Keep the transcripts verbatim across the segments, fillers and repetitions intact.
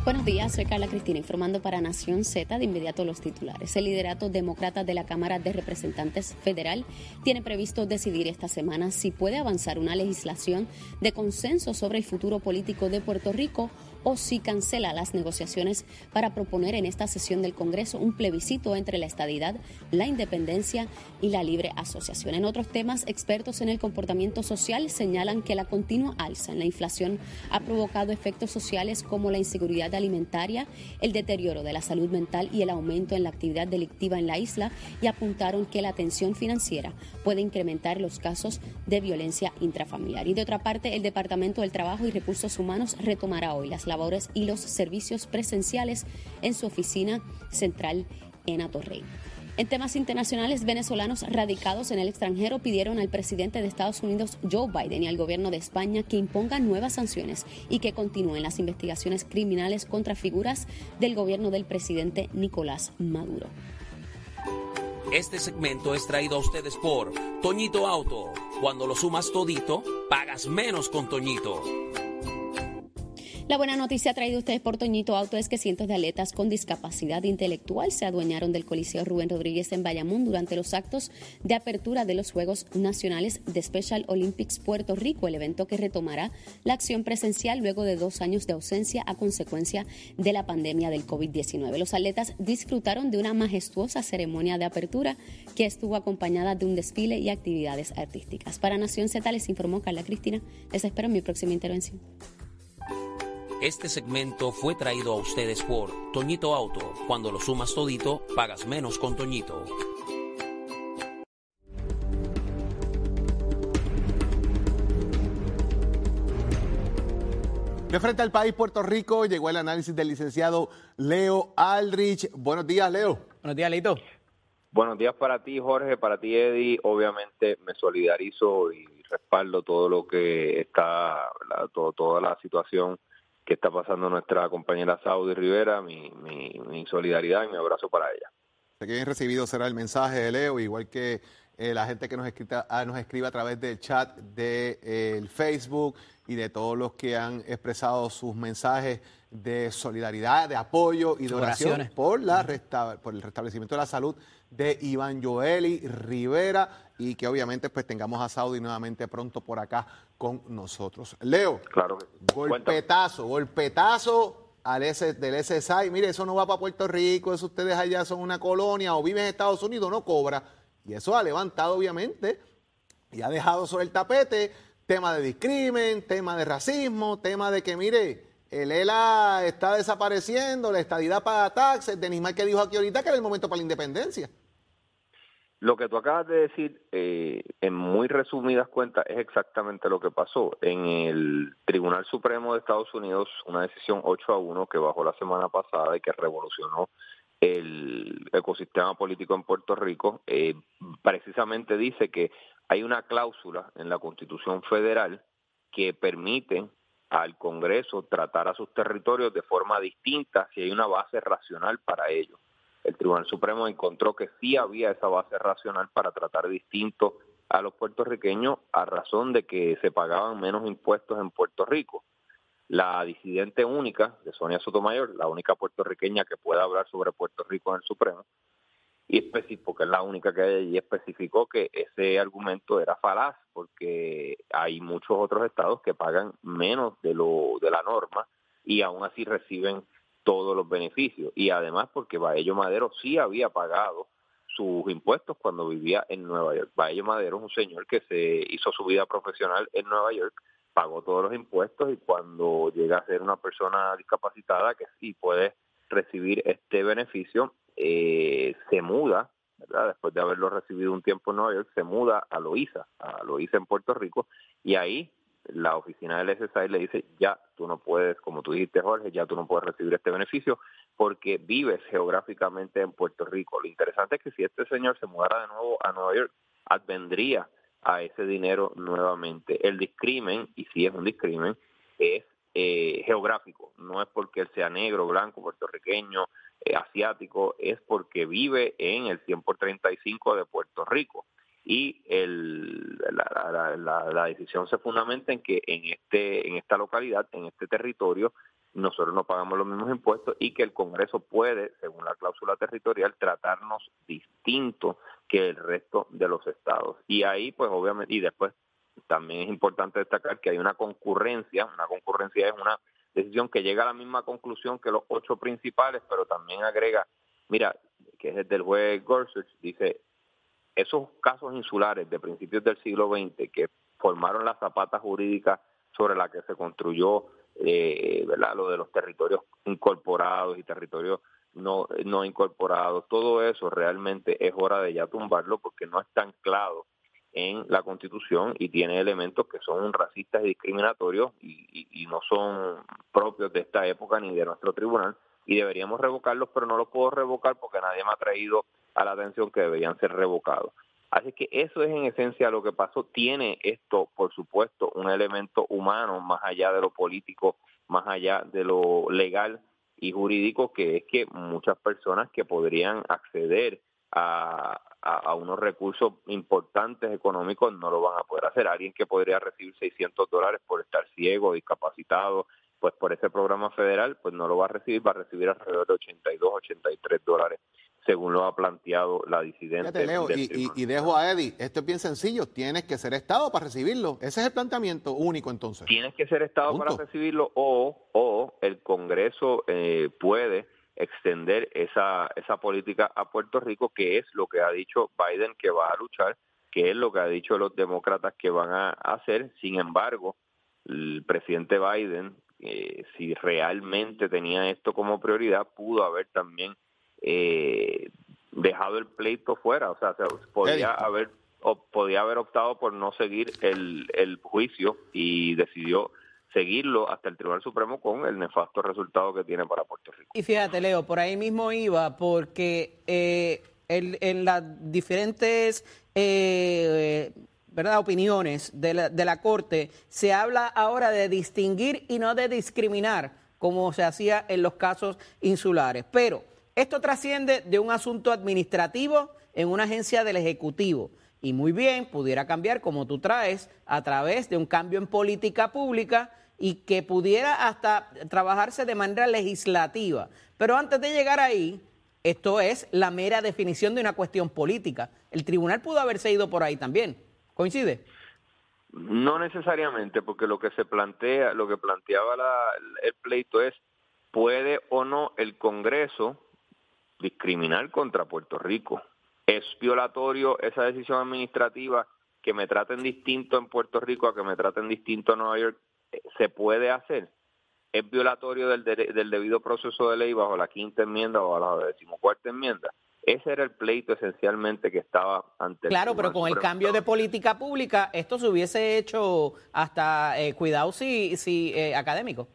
Buenos días, soy Carla Cristina informando para Nación Z. De inmediato los titulares. El liderato demócrata de la Cámara de Representantes Federal tiene previsto decidir esta semana si puede avanzar una legislación de consenso sobre el futuro político de Puerto Rico o si cancela las negociaciones para proponer en esta sesión del Congreso un plebiscito entre la estadidad, la independencia y la libre asociación. En otros temas, expertos en el comportamiento social señalan que la continua alza en la inflación ha provocado efectos sociales como la inseguridad alimentaria, el deterioro de la salud mental y el aumento en la actividad delictiva en la isla, y apuntaron que la tensión financiera puede incrementar los casos de violencia intrafamiliar. Y de otra parte, el Departamento del Trabajo y Recursos Humanos retomará hoy las labores y los servicios presenciales en su oficina central en Atorrey. En temas internacionales, venezolanos radicados en el extranjero pidieron al presidente de Estados Unidos, Joe Biden, y al gobierno de España que impongan nuevas sanciones y que continúen las investigaciones criminales contra figuras del gobierno del presidente Nicolás Maduro. Este segmento es traído a ustedes por Toñito Auto. Cuando lo sumas todito, pagas menos con Toñito. La buena noticia traída a ustedes por Toñito Auto es que cientos de atletas con discapacidad intelectual se adueñaron del Coliseo Rubén Rodríguez en Bayamón durante los actos de apertura de los Juegos Nacionales de Special Olympics Puerto Rico, el evento que retomará la acción presencial luego de dos años de ausencia a consecuencia de la pandemia del COVID diecinueve. Los atletas disfrutaron de una majestuosa ceremonia de apertura que estuvo acompañada de un desfile y actividades artísticas. Para Nación Z les informó Carla Cristina. Les espero en mi próxima intervención. Este segmento fue traído a ustedes por Toñito Auto. Cuando lo sumas todito, pagas menos con Toñito. De frente al país, Puerto Rico, llegó el análisis del licenciado Leo Aldrich. Buenos días, Leo. Buenos días, Leito. Buenos días para ti, Jorge, para ti, Eddie. Obviamente me solidarizo y respaldo todo lo que está, la, todo, toda la situación que está pasando nuestra compañera Saudi Rivera. Mi, mi, mi solidaridad y mi abrazo para ella. Que bien recibido será el mensaje de Leo, igual que eh, la gente que nos, escrita, ah, nos escribe a través del chat de eh, el Facebook y de todos los que han expresado sus mensajes de solidaridad, de apoyo y de oración por, la resta por el restablecimiento de la salud de Iván Joely Rivera, y que obviamente pues tengamos a Saudi nuevamente pronto por acá con nosotros. Leo, claro, golpetazo, golpetazo al S, del S S I. Mire, eso no va para Puerto Rico, eso ustedes allá son una colonia o viven en Estados Unidos, no cobra. Y eso ha levantado obviamente y ha dejado sobre el tapete tema de discrimen, tema de racismo, tema de que mire, el E L A está desapareciendo, la estadidad paga taxes, Denis Márquez dijo aquí ahorita que era el momento para la independencia. Lo que tú acabas de decir, eh, en muy resumidas cuentas, es exactamente lo que pasó. En el Tribunal Supremo de Estados Unidos, una decisión ocho a uno que bajó la semana pasada y que revolucionó el ecosistema político en Puerto Rico, eh, precisamente dice que hay una cláusula en la Constitución Federal que permite al Congreso tratar a sus territorios de forma distinta si hay una base racional para ello. El Tribunal Supremo encontró que sí había esa base racional para tratar distinto a los puertorriqueños a razón de que se pagaban menos impuestos en Puerto Rico. La disidente única de Sonia Sotomayor, la única puertorriqueña que pueda hablar sobre Puerto Rico en el Supremo, y especificó, que es la única que hay allí, especificó que ese argumento era falaz porque hay muchos otros estados que pagan menos de lo de la norma y aún así reciben todos los beneficios, y además porque Baello Madero sí había pagado sus impuestos cuando vivía en Nueva York. Baello Madero es un señor que se hizo su vida profesional en Nueva York, pagó todos los impuestos, y cuando llega a ser una persona discapacitada que sí puede recibir este beneficio, eh, se muda, ¿verdad? Después de haberlo recibido un tiempo en Nueva York, se muda a Loíza, a Loíza en Puerto Rico, y ahí la oficina del S S I le dice, ya tú no puedes, como tú dijiste, Jorge, ya tú no puedes recibir este beneficio porque vives geográficamente en Puerto Rico. Lo interesante es que si este señor se mudara de nuevo a Nueva York, advendría a ese dinero nuevamente. El discrimen, y sí es un discrimen, es eh, geográfico. No es porque él sea negro, blanco, puertorriqueño, eh, asiático, es porque vive en el cien por treinta y cinco de Puerto Rico. y el, la, la, la, la decisión se fundamenta en que en este en esta localidad, en este territorio, nosotros no pagamos los mismos impuestos y que el Congreso puede, según la cláusula territorial, tratarnos distinto que el resto de los estados. Y ahí, pues obviamente, y después también es importante destacar que hay una concurrencia, una concurrencia es una decisión que llega a la misma conclusión que los ocho principales, pero también agrega, mira, que es el del juez Gorsuch, dice, esos casos insulares de principios del siglo veinte que formaron la zapata jurídica sobre la que se construyó eh, ¿verdad? Lo de los territorios incorporados y territorios no, no incorporados, todo eso realmente es hora de ya tumbarlo porque no está anclado en la Constitución y tiene elementos que son racistas y discriminatorios y, y, y no son propios de esta época ni de nuestro tribunal y deberíamos revocarlos, pero no los puedo revocar porque nadie me ha traído a la atención que deberían ser revocados. Así que eso es en esencia lo que pasó. Tiene esto, por supuesto, un elemento humano más allá de lo político, más allá de lo legal y jurídico, que es que muchas personas que podrían acceder a, a, a unos recursos importantes económicos no lo van a poder hacer. Alguien que podría recibir seiscientos dólares por estar ciego, discapacitado, pues por ese programa federal, pues no lo va a recibir, va a recibir alrededor de ochenta y dos, ochenta y tres dólares, según lo ha planteado la disidente. Fíjate, Leo, y, y, y dejo a Eddie, esto es bien sencillo, tienes que ser Estado para recibirlo, ese es el planteamiento único entonces. Tienes que ser Estado Punto. para recibirlo o, o el Congreso eh, puede extender esa, esa política a Puerto Rico, que es lo que ha dicho Biden que va a luchar, que es lo que ha dicho los demócratas que van a hacer. Sin embargo, el presidente Biden, eh, si realmente tenía esto como prioridad, pudo haber también eh, dejado el pleito fuera, o sea, se, podía Eddie. haber o podía haber optado por no seguir el, el juicio y decidió seguirlo hasta el Tribunal Supremo con el nefasto resultado que tiene para Puerto Rico. Y fíjate, Leo, por ahí mismo iba, porque eh, el, en las diferentes eh, ¿verdad? opiniones de la, de la Corte se habla ahora de distinguir y no de discriminar, como se hacía en los casos insulares. Pero esto trasciende de un asunto administrativo en una agencia del Ejecutivo. Y muy bien, pudiera cambiar, como tú traes, a través de un cambio en política pública y que pudiera hasta trabajarse de manera legislativa. Pero antes de llegar ahí, esto es la mera definición de una cuestión política. El tribunal pudo haberse ido por ahí también. ¿Coincide? No necesariamente, porque lo que se plantea, lo que planteaba la, el pleito es, ¿puede o no el Congreso discriminar contra Puerto Rico? ¿Es violatorio esa decisión administrativa que me traten distinto en Puerto Rico a que me traten distinto en Nueva York? ¿Se puede hacer? ¿Es violatorio del, de, del debido proceso de ley bajo la quinta enmienda o bajo la decimocuarta enmienda? Ese era el pleito esencialmente que estaba ante el Claro, pero con el cambio de política pública, esto se hubiese hecho hasta, eh, cuidado si, si eh, académico.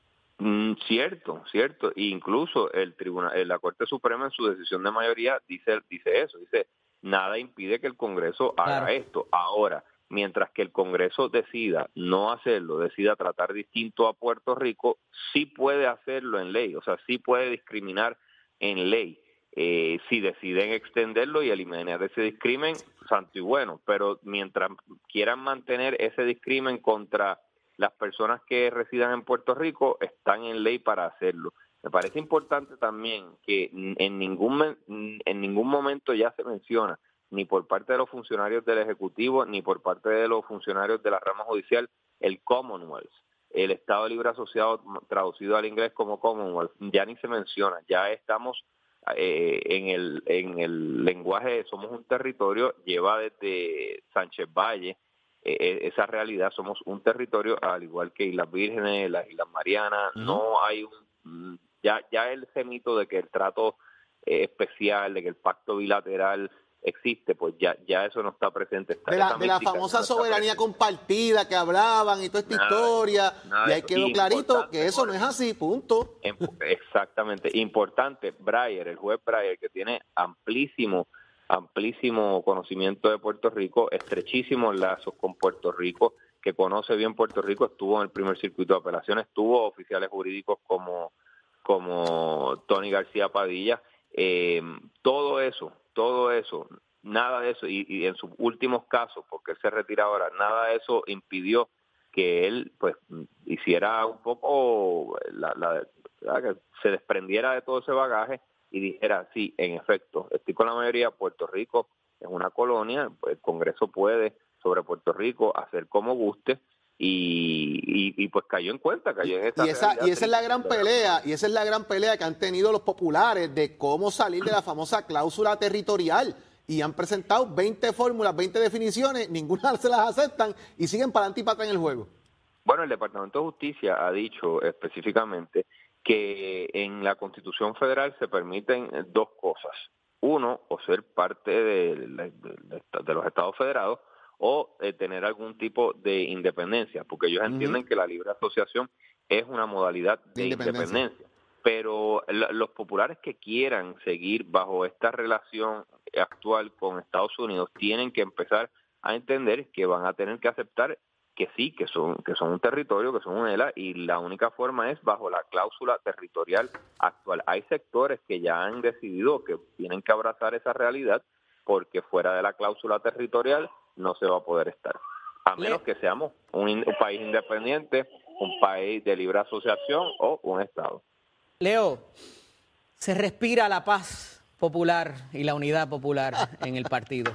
Mm, cierto, cierto. E incluso el tribunal, la Corte Suprema en su decisión de mayoría dice, dice eso, dice, nada impide que el Congreso haga claro. esto. Ahora, mientras que el Congreso decida no hacerlo, decida tratar distinto a Puerto Rico, sí puede hacerlo en ley, o sea, sí puede discriminar en ley. Eh, si deciden extenderlo y eliminar ese discrimen, santo y bueno, pero mientras quieran mantener ese discrimen contra las personas que residan en Puerto Rico, están en ley para hacerlo. Me parece importante también que en ningún en ningún momento ya se menciona, ni por parte de los funcionarios del Ejecutivo, ni por parte de los funcionarios de la rama judicial, el Commonwealth, el Estado Libre Asociado, traducido al inglés como Commonwealth, ya ni se menciona, ya estamos eh, en el en el lenguaje de somos un territorio, lleva desde Sánchez Valle eh, esa realidad, somos un territorio, al igual que Islas Vírgenes, las Islas Marianas, uh-huh. no hay un, ya, ya ese mito de que el trato eh, especial, de que el pacto bilateral existe, pues ya ya eso no está presente. Está de la, de la famosa no soberanía compartida que hablaban y toda esta nada, historia, nada y ahí quedó clarito que eso no es así, punto. Exactamente. Importante, Breyer, el juez Breyer, que tiene amplísimo, amplísimo conocimiento de Puerto Rico, estrechísimos lazos con Puerto Rico, que conoce bien Puerto Rico, estuvo en el primer circuito de apelaciones, tuvo oficiales jurídicos como, como Tony García Padilla, eh, todo eso, todo eso nada de eso, y, y en sus últimos casos, porque él se retira ahora, nada de eso impidió que él pues hiciera un poco, la, la, la, que se desprendiera de todo ese bagaje y dijera, sí, en efecto, estoy con la mayoría, Puerto Rico es una colonia, pues el Congreso puede sobre Puerto Rico hacer como guste, y, y, y pues cayó en cuenta, cayó en esa y esa y esa es la gran triste. pelea, y esa es la gran pelea que han tenido los populares de cómo salir de la famosa cláusula territorial, y han presentado veinte fórmulas, veinte definiciones, ninguna se las aceptan y siguen para adelante y para atrás en el juego. Bueno, el Departamento de Justicia ha dicho específicamente que en la Constitución Federal se permiten dos cosas. Uno, o ser parte de, de, de, de los Estados Federados, o eh, tener algún tipo de independencia, porque ellos uh-huh. entienden que la libre asociación es una modalidad de, de independencia. independencia. Pero la, los populares que quieran seguir bajo esta relación actual con Estados Unidos tienen que empezar a entender que van a tener que aceptar que sí, que son que son un territorio, que son un E L A, y la única forma es bajo la cláusula territorial actual. Hay sectores que ya han decidido que tienen que abrazar esa realidad, porque fuera de la cláusula territorial no se va a poder estar, a menos que seamos un, un país independiente, un país de libre asociación o un estado. Leo, se respira la paz popular y la unidad popular en el partido.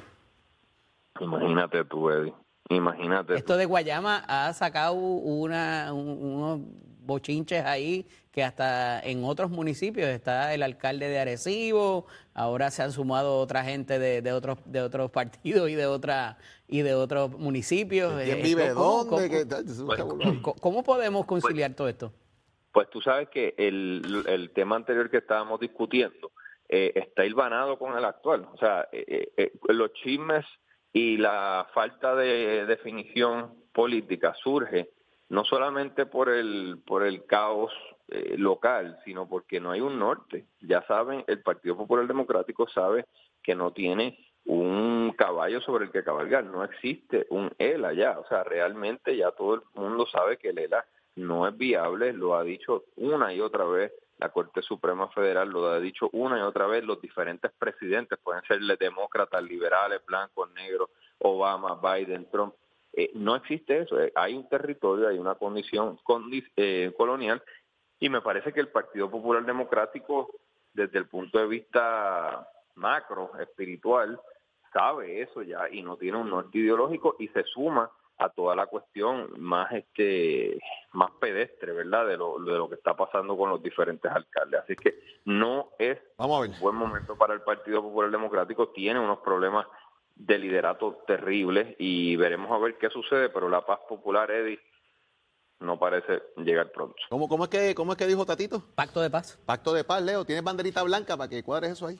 Imagínate tú, Eddie, imagínate. Esto tú. de Guayama ha sacado una, un, unos bochinches ahí que hasta en otros municipios está el alcalde de Arecibo, ahora se han sumado otra gente de, de otros de otros partidos y de otra y de otros municipios. ¿Quién vive ¿Cómo, dónde? ¿Cómo, cómo, ¿Cómo podemos conciliar pues, todo esto? Pues tú sabes que el, el tema anterior que estábamos discutiendo eh, está hilvanado con el actual. O sea, eh, eh, los chismes y la falta de definición política surge no solamente por el por el caos eh, local, sino porque no hay un norte. Ya saben, el Partido Popular Democrático sabe que no tiene un caballo sobre el que cabalgar, no existe un E L A ya, o sea, realmente ya todo el mundo sabe que el E L A no es viable, lo ha dicho una y otra vez la Corte Suprema Federal, lo ha dicho una y otra vez los diferentes presidentes, pueden ser demócratas, liberales, blancos, negros, Obama, Biden, Trump. Eh, no existe eso, eh, hay un territorio, hay una condición condi eh, colonial, y me parece que el Partido Popular Democrático, desde el punto de vista macro, espiritual, sabe eso ya y no tiene un norte ideológico, y se suma a toda la cuestión más este más pedestre, ¿verdad?, de lo, de lo que está pasando con los diferentes alcaldes. Así que no es Vamos a ver. un buen momento para el Partido Popular Democrático, tiene unos problemas de liderato terribles y veremos a ver qué sucede, pero la paz popular, Eddie, no parece llegar pronto. ¿Cómo, cómo, es que, ¿Cómo es que dijo Tatito? Pacto de paz. Pacto de paz, Leo. ¿Tienes banderita blanca para que cuadres eso ahí?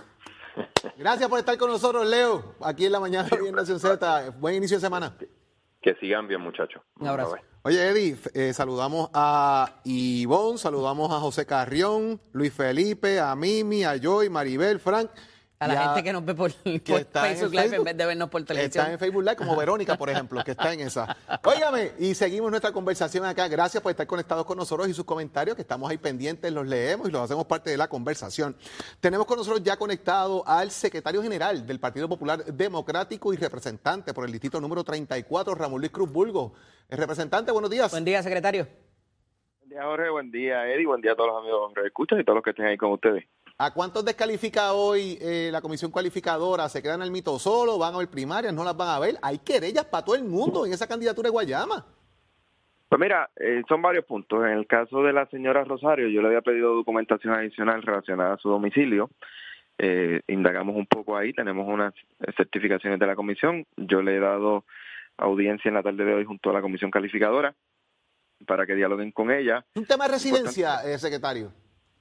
Gracias por estar con nosotros, Leo, aquí en la mañana de Nación Z. Buen inicio de semana. Que sigan bien, muchachos. Un abrazo. Oye, Eddie, eh, saludamos a Ivonne, saludamos a José Carrión, Luis Felipe, a Mimi, a Joy, Maribel, Frank. A la gente que nos ve por, por Facebook Live en vez de vernos por televisión. Está en Facebook Live, como Verónica, por ejemplo, que está en esa. Óigame, y seguimos nuestra conversación acá. Gracias por estar conectados con nosotros y sus comentarios, que estamos ahí pendientes, los leemos y los hacemos parte de la conversación. Tenemos con nosotros ya conectado al secretario general del Partido Popular Democrático y representante por el distrito número treinta y cuatro, Ramón Luis Cruz Bulgo. El representante, buenos días. Buen día, secretario. Buen día, Jorge. Buen día, Eddie. Buen día a todos los amigos que escuchan y todos los que estén ahí con ustedes. ¿A cuántos descalifica hoy eh, la comisión cualificadora? ¿Se quedan al mito solo? ¿Van a ver primarias? ¿No las van a ver? Hay querellas para todo el mundo en esa candidatura de Guayama. Pues mira, eh, son varios puntos. En el caso de la señora Rosario, yo le había pedido documentación adicional relacionada a su domicilio. Eh, indagamos un poco ahí, tenemos unas certificaciones de la comisión. Yo le he dado audiencia en la tarde de hoy junto a la comisión calificadora para que dialoguen con ella. ¿Un tema de residencia, eh, secretario?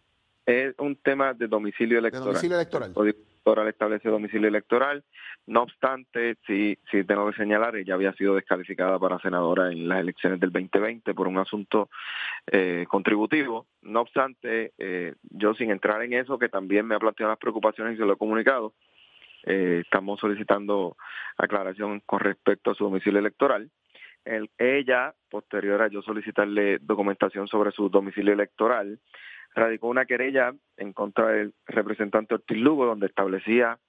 Es un tema de domicilio electoral. De domicilio electoral. El Código Electoral establece domicilio electoral. No obstante, sí, sí tengo que señalar, ella había sido descalificada para senadora en las elecciones del veinte veinte por un asunto eh, contributivo. No obstante, eh, yo sin entrar en eso, que también me ha planteado las preocupaciones y se lo he comunicado, eh, estamos solicitando aclaración con respecto a su domicilio electoral. El, ella, posterior a yo solicitarle documentación sobre su domicilio electoral, radicó una querella en contra del representante Ortiz Lugo, donde establecía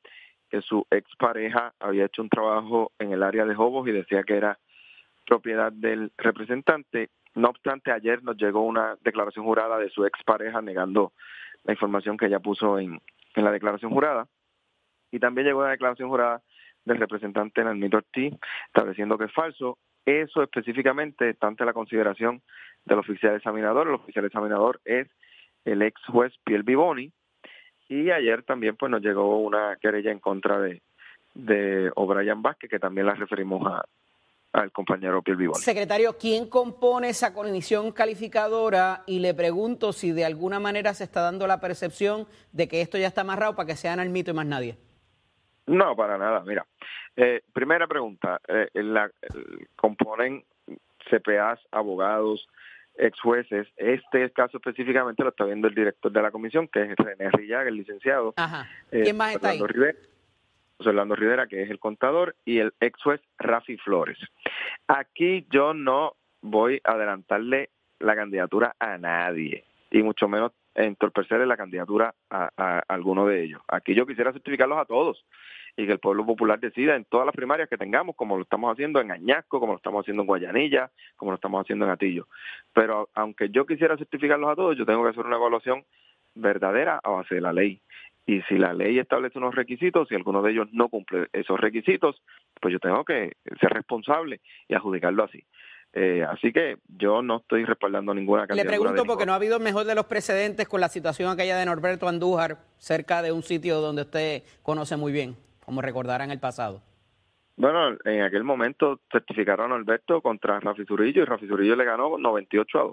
que su expareja había hecho un trabajo en el área de Jobos y decía que era propiedad del representante. No obstante, ayer nos llegó una declaración jurada de su expareja negando la información que ella puso en, en la declaración jurada. Y también llegó una declaración jurada del representante Nalmito Ortiz estableciendo que es falso. Eso específicamente está ante la consideración del oficial examinador. El oficial examinador es el ex juez Pierre Vivoni. Y ayer también pues nos llegó una querella en contra de, de O'Brien Vázquez, que también la referimos a, al compañero Pierre Vivoni. Secretario, ¿quién compone esa comisión calificadora? Y le pregunto si de alguna manera se está dando la percepción de que esto ya está amarrado para que sea Nalmito y más nadie. No, para nada. Mira, eh, primera pregunta, eh, la, el, componen C P As, abogados, ex jueces. Este caso específicamente lo está viendo el director de la comisión, que es René Rillaga, el licenciado. Ajá. ¿Quién más eh, está ahí? Rivera, José Orlando Rivera, que es el contador, y el ex juez Rafi Flores. Aquí yo no voy a adelantarle la candidatura a nadie, y mucho menos entorpecerle la candidatura a, a, a alguno de ellos. Aquí yo quisiera certificarlos a todos y que el pueblo popular decida en todas las primarias que tengamos, como lo estamos haciendo en Añasco, como lo estamos haciendo en Guayanilla, como lo estamos haciendo en Atillo. Pero aunque yo quisiera certificarlos a todos, yo tengo que hacer una evaluación verdadera a base de la ley. Y si la ley establece unos requisitos, si alguno de ellos no cumple esos requisitos, pues yo tengo que ser responsable y adjudicarlo así. Eh, así que yo no estoy respaldando ninguna candidatura. Le pregunto porque no ha habido el mejor de los precedentes con la situación aquella de Norberto Andújar cerca de un sitio donde usted conoce muy bien, como recordará en el pasado. Bueno, en aquel momento certificaron a Norberto contra Rafi Zurillo y Rafi Zurillo le ganó noventa y ocho a dos.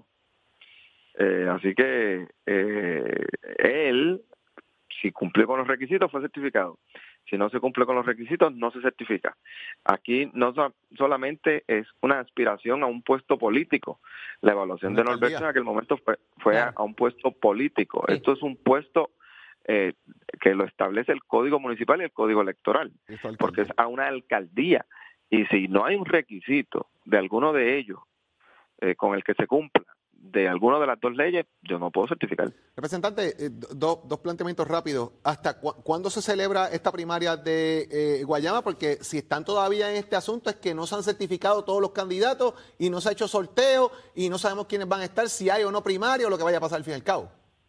Eh, así que eh, él, si cumplió con los requisitos, fue certificado. Si no se cumple con los requisitos, no se certifica. Aquí no solamente es una aspiración a un puesto político. La evaluación de Norberto en aquel momento fue, fue claro. a, a un puesto político. Sí. Esto es un puesto eh, que lo establece el Código Municipal y el Código Electoral, porque es a una alcaldía. Y si no hay un requisito de alguno de ellos eh, con el que se cumpla de alguna de las dos leyes, yo no puedo certificar. Representante, eh, do, dos planteamientos rápidos. ¿Hasta cu cuándo se celebra esta primaria de eh, Guayama? Porque si están todavía en este asunto es que no se han certificado todos los candidatos y no se ha hecho sorteo y no sabemos quiénes van a estar, si hay o no primaria o lo que vaya a pasar al fin y al cabo.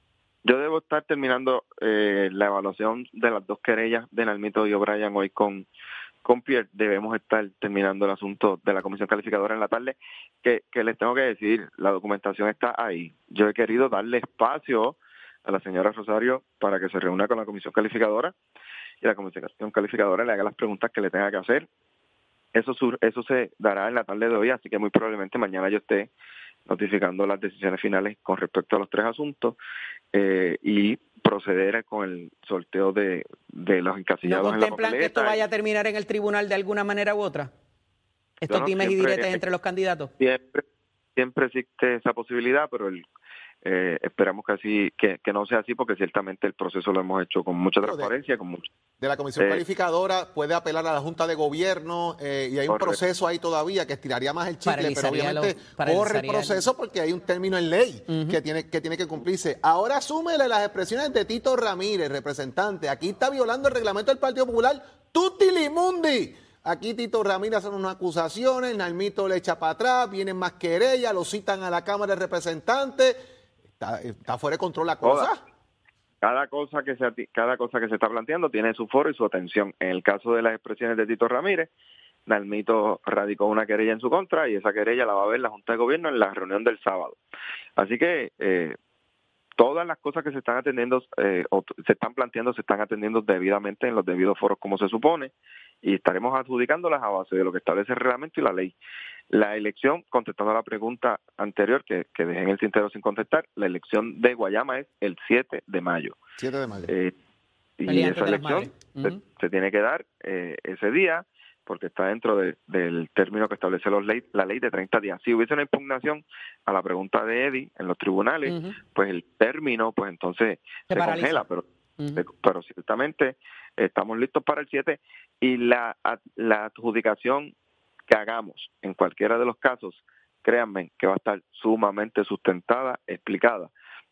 Yo debo estar terminando eh, la evaluación de las dos querellas de Nalmito y O'Brien hoy con con Pierre. Debemos estar terminando el asunto de la comisión calificadora en la tarde, que, que les tengo que decir, la documentación está ahí. Yo he querido darle espacio a la señora Rosario para que se reúna con la comisión calificadora y la comisión calificadora le haga las preguntas que le tenga que hacer. Eso, sur, eso se dará en la tarde de hoy, así que muy probablemente mañana yo esté notificando las decisiones finales con respecto a los tres asuntos eh, y proceder con el sorteo de, de los encasillados en la papeleta. ¿No contemplan que esto vaya a terminar en el tribunal de alguna manera u otra? Estos no, dimes siempre, y diretes entre los candidatos. Siempre, siempre existe esa posibilidad, pero el, eh, esperamos que así que, que no sea así, porque ciertamente el proceso lo hemos hecho con mucha transparencia, de, con mucho. De la comisión eh, calificadora puede apelar a la Junta de Gobierno eh, y hay un correcto. proceso ahí todavía que estiraría más el chicle, pero obviamente lo, corre el proceso el... porque hay un término en ley uh-huh. que tiene que tiene que cumplirse. Ahora súmele las expresiones de Tito Ramírez, representante. Aquí está violando el reglamento del Partido Popular, tutti limundi. Aquí Tito Ramírez hace unas acusaciones, Nalmito le echa para atrás, vienen más querellas, lo citan a la Cámara de Representantes. Está, está fuera de control la cosa. Toda. Cada cosa que se cada cosa que se está planteando tiene su foro y su atención. En el caso de las expresiones de Tito Ramírez, Nalmito radicó una querella en su contra y esa querella la va a ver la Junta de Gobierno en la reunión del sábado. Así que eh, todas las cosas que se están atendiendo eh, o se están planteando se están atendiendo debidamente en los debidos foros como se supone y estaremos adjudicándolas a base de lo que establece el reglamento y la ley. La elección, contestando a la pregunta anterior que, que dejé en el tintero sin contestar, la elección de Guayama es el siete de mayo. siete de mayo. Eh, y esa elección se, uh-huh. se tiene que dar eh, ese día porque está dentro de, del término que establece los ley, la ley de treinta días. Si hubiese una impugnación a la pregunta de Eddie en los tribunales, uh-huh. pues el término, pues entonces se, se congela, pero, uh-huh. se, pero ciertamente estamos listos para el siete y la, la adjudicación que hagamos en cualquiera de los casos, créanme que va a estar sumamente sustentada, explicada,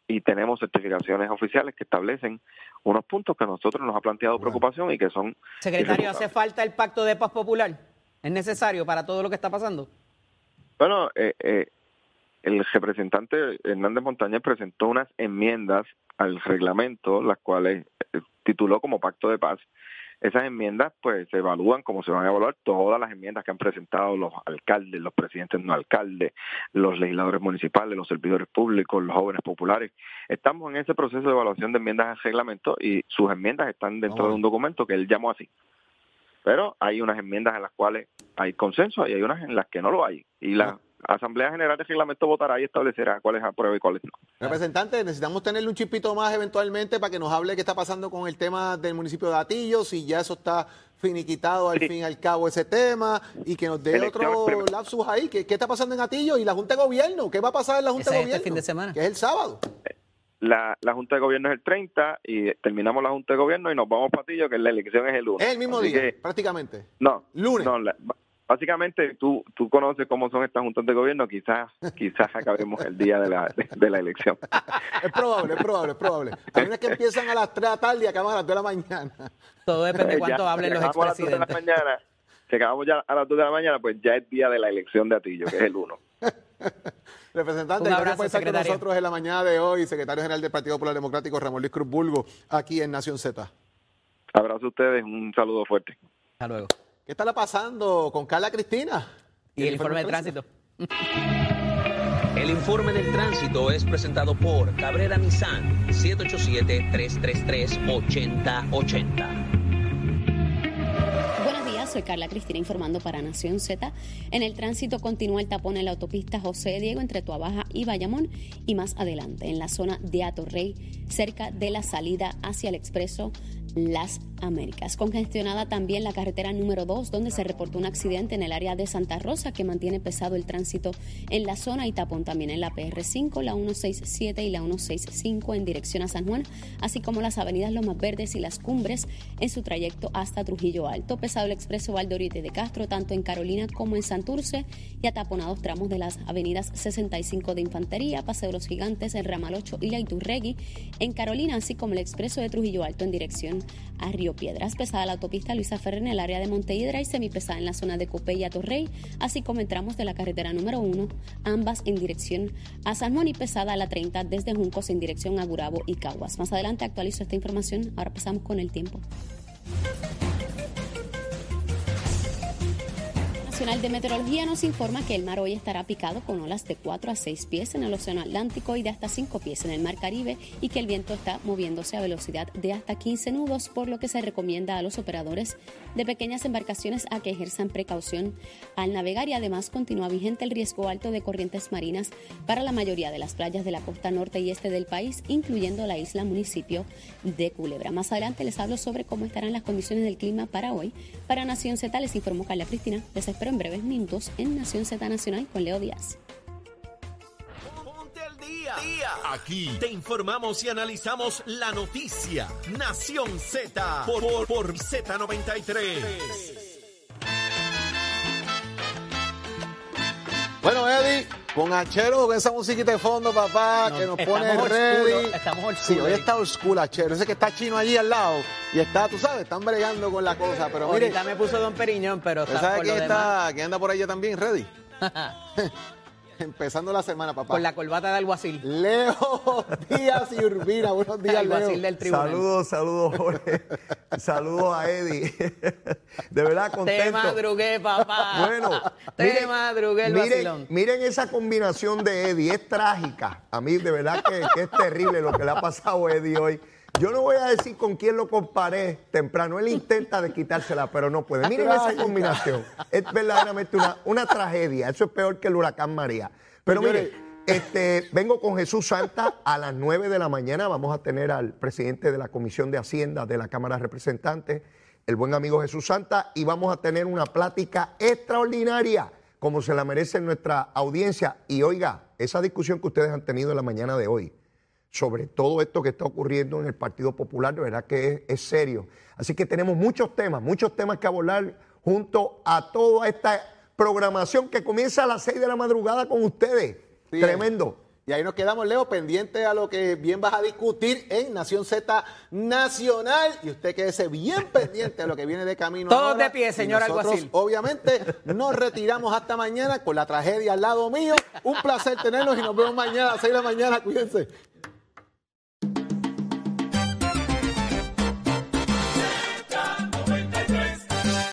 y tenemos certificaciones oficiales que establecen unos puntos que a nosotros nos ha planteado preocupación y que son... Secretario, ¿hace falta el pacto de paz popular? ¿Es necesario para todo lo que está pasando? Bueno, eh, eh, el representante Hernández Montañez presentó unas enmiendas al reglamento, las cuales eh, tituló como Pacto de Paz. Esas enmiendas pues se evalúan como se van a evaluar todas las enmiendas que han presentado los alcaldes, los presidentes no alcaldes, los legisladores municipales, los servidores públicos, los jóvenes populares. Estamos en ese proceso de evaluación de enmiendas al reglamento y sus enmiendas están dentro oh. de un documento que él llamó así. Pero hay unas enmiendas en las cuales hay consenso y hay unas en las que no lo hay. Y la Asamblea General de Reglamento votará y establecerá cuáles aprueba y cuáles no. Representante, necesitamos tenerle un chipito más eventualmente para que nos hable qué está pasando con el tema del municipio de Atillo, si ya eso está finiquitado al sí. fin y al cabo ese tema, y que nos dé Elección, otro primero. lapsus ahí. ¿Qué, ¿Qué está pasando en Atillo y la Junta de Gobierno? ¿Qué va a pasar en la Junta de Gobierno? Este fin de semana. Que es el sábado. La, la Junta de Gobierno es el treinta y terminamos la Junta de Gobierno y nos vamos para Atillo, que la elección es el lunes. Es el mismo Así día, que, prácticamente. No, lunes. No, la, básicamente tú tú conoces cómo son estas juntas de gobierno, quizás quizás acabemos el día de la de, de la elección. Es probable, es probable, es probable. Hay unas que empiezan a las tres de la tarde y acaban a las dos de la mañana. Todo depende de cuánto hablen los expresidentes. Si acabamos ya a las dos de la mañana, pues ya es día de la elección de Atillo, que es el uno. Representante, un abrazo, gracias por estar secretario. con nosotros en la mañana de hoy, secretario general del Partido Popular Democrático, Ramón Luis Cruz Bulgo, aquí en Nación Z. Abrazo a ustedes, un saludo fuerte. Hasta luego. ¿Qué está pasando con Carla Cristina? ¿Y, ¿Y el, el informe de tránsito? El informe del tránsito es presentado por Cabrera Nissan, siete ocho siete, tres tres tres, ocho cero ocho cero. Buenos días, soy Carla Cristina informando para Nación Z. En el tránsito continúa el tapón en la autopista José Diego entre Tuabaja y Bayamón y más adelante en la zona de Atorrey, cerca de la salida hacia el expreso Las Américas. Congestionada también la carretera número dos, donde se reportó un accidente en el área de Santa Rosa que mantiene pesado el tránsito en la zona, y tapón también en la P R cinco, la ciento sesenta y siete y la ciento sesenta y cinco en dirección a San Juan, así como las avenidas Lomas Verdes y Las Cumbres en su trayecto hasta Trujillo Alto. Pesado el expreso Valdoriotti de Castro, tanto en Carolina como en Santurce, y ataponados tramos de las avenidas sesenta y cinco de Infantería, Paseo de los Gigantes, el Ramal ocho y la Iturregui en Carolina, así como el expreso de Trujillo Alto en dirección a Río Piedras. Pesada la autopista Luisa Ferrer en el área de Montehiedra y semipesada en la zona de Copey y Atorrey, así como en tramos de la carretera número uno, ambas en dirección a San Juan, y pesada la treinta desde Juncos en dirección a Gurabo y Caguas. Más adelante actualizo esta información. Ahora pasamos con el tiempo. Nacional de Meteorología nos informa que el mar hoy estará picado con olas de cuatro a seis pies en el Océano Atlántico y de hasta cinco pies en el Mar Caribe, y que el viento está moviéndose a velocidad de hasta quince nudos, por lo que se recomienda a los operadores de pequeñas embarcaciones a que ejerzan precaución al navegar, y además continúa vigente el riesgo alto de corrientes marinas para la mayoría de las playas de la costa norte y este del país, incluyendo la isla municipio de Culebra. Más adelante les hablo sobre cómo estarán las condiciones del clima para hoy. Para Nación Z les informó Carla Cristina. Les espero en breves minutos en Nación Z Nacional con Leo Díaz. Ponte al día. Aquí te informamos y analizamos la noticia. Nación Z por, por, por Z noventa y tres. Bueno, Eddie, con Achero, con esa musiquita de fondo, papá, no, que nos pone ready. Oscuro, estamos oscuros. Sí, hoy está oscuro, Achero. Ese que está Chino allí al lado y está, tú sabes, están bregando con la cosa. Pero mire, ahorita me puso Don Periñón, pero está ¿sabe por quién lo está, demás? quién anda por allá también, ready? Empezando la semana, papá. Con la corbata de alguacil. Leo Díaz y Urbina. Buenos días, alguacil Leo. del tribunal. Saludos, saludos, Jorge. Saludos a Eddie. De verdad, contento. Te madrugué, papá. Bueno, te miren, madrugué el miren, vacilón. Miren esa combinación de Eddie. Es trágica. A mí, de verdad, que, que es terrible lo que le ha pasado a Eddie hoy. Yo no voy a decir con quién lo comparé temprano. Él intenta de quitársela, pero no puede. Miren esa combinación. Es verdaderamente una, una tragedia. Eso es peor que el huracán María. Pero mire, este, vengo con Jesús Santa a las nueve de la mañana. Vamos a tener al presidente de la Comisión de Hacienda de la Cámara de Representantes, el buen amigo Jesús Santa, y vamos a tener una plática extraordinaria, como se la merece nuestra audiencia. Y oiga, esa discusión que ustedes han tenido en la mañana de hoy, sobre todo esto que está ocurriendo en el Partido Popular, de verdad que es, es serio. Así que tenemos muchos temas, muchos temas que abordar junto a toda esta programación que comienza a las seis de la madrugada con ustedes. Sí, Tremendo. Y ahí nos quedamos, Leo, pendiente a lo que bien vas a discutir en Nación Z Nacional. Y usted quédese bien pendiente a lo que viene de camino. Todos ahora. de pie, señor Y nosotros, alguacil. obviamente, nos retiramos hasta mañana con la tragedia al lado mío. Un placer tenerlos y nos vemos mañana a las seis de la mañana. Cuídense.